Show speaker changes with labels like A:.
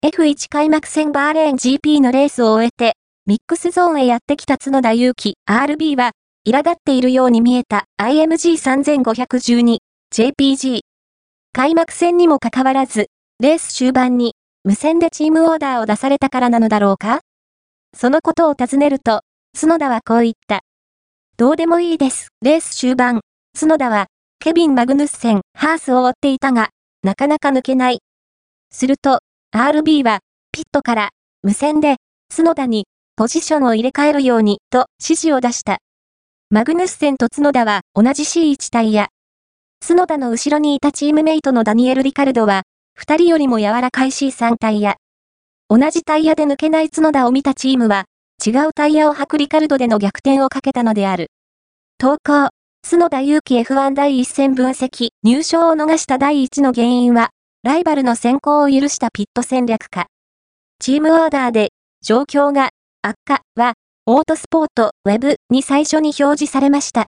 A: F1 開幕戦バーレーン GP のレースを終えて、ミックスゾーンへやってきた角田裕樹 RB は、苛立っているように見えた IMG3512 JPG。開幕戦にもかかわらず、レース終盤に無線でチームオーダーを出されたからなのだろうか？そのことを尋ねると、角田はこう言った。どうでもいいです。レース終盤、角田は、ケビン・マグヌッセン、ハースを追っていたが、なかなか抜けない。すると、RB は、ピットから、無線で、角田に、ポジションを入れ替えるように、と指示を出した。マグヌッセンと角田は同じ C1 タイヤ。角田の後ろにいたチームメイトのダニエル・リカルドは、二人よりも柔らかい C3 タイヤ。同じタイヤで抜けない角田を見たチームは、違うタイヤを履くリカルドでの逆転をかけたのである。投稿、角田裕樹 F1 第一戦分析、入賞を逃した第一の原因は、ライバルの先行を許したピット戦略か。チームオーダーで、状況が、悪化は、オートスポートウェブに最初に表示されました。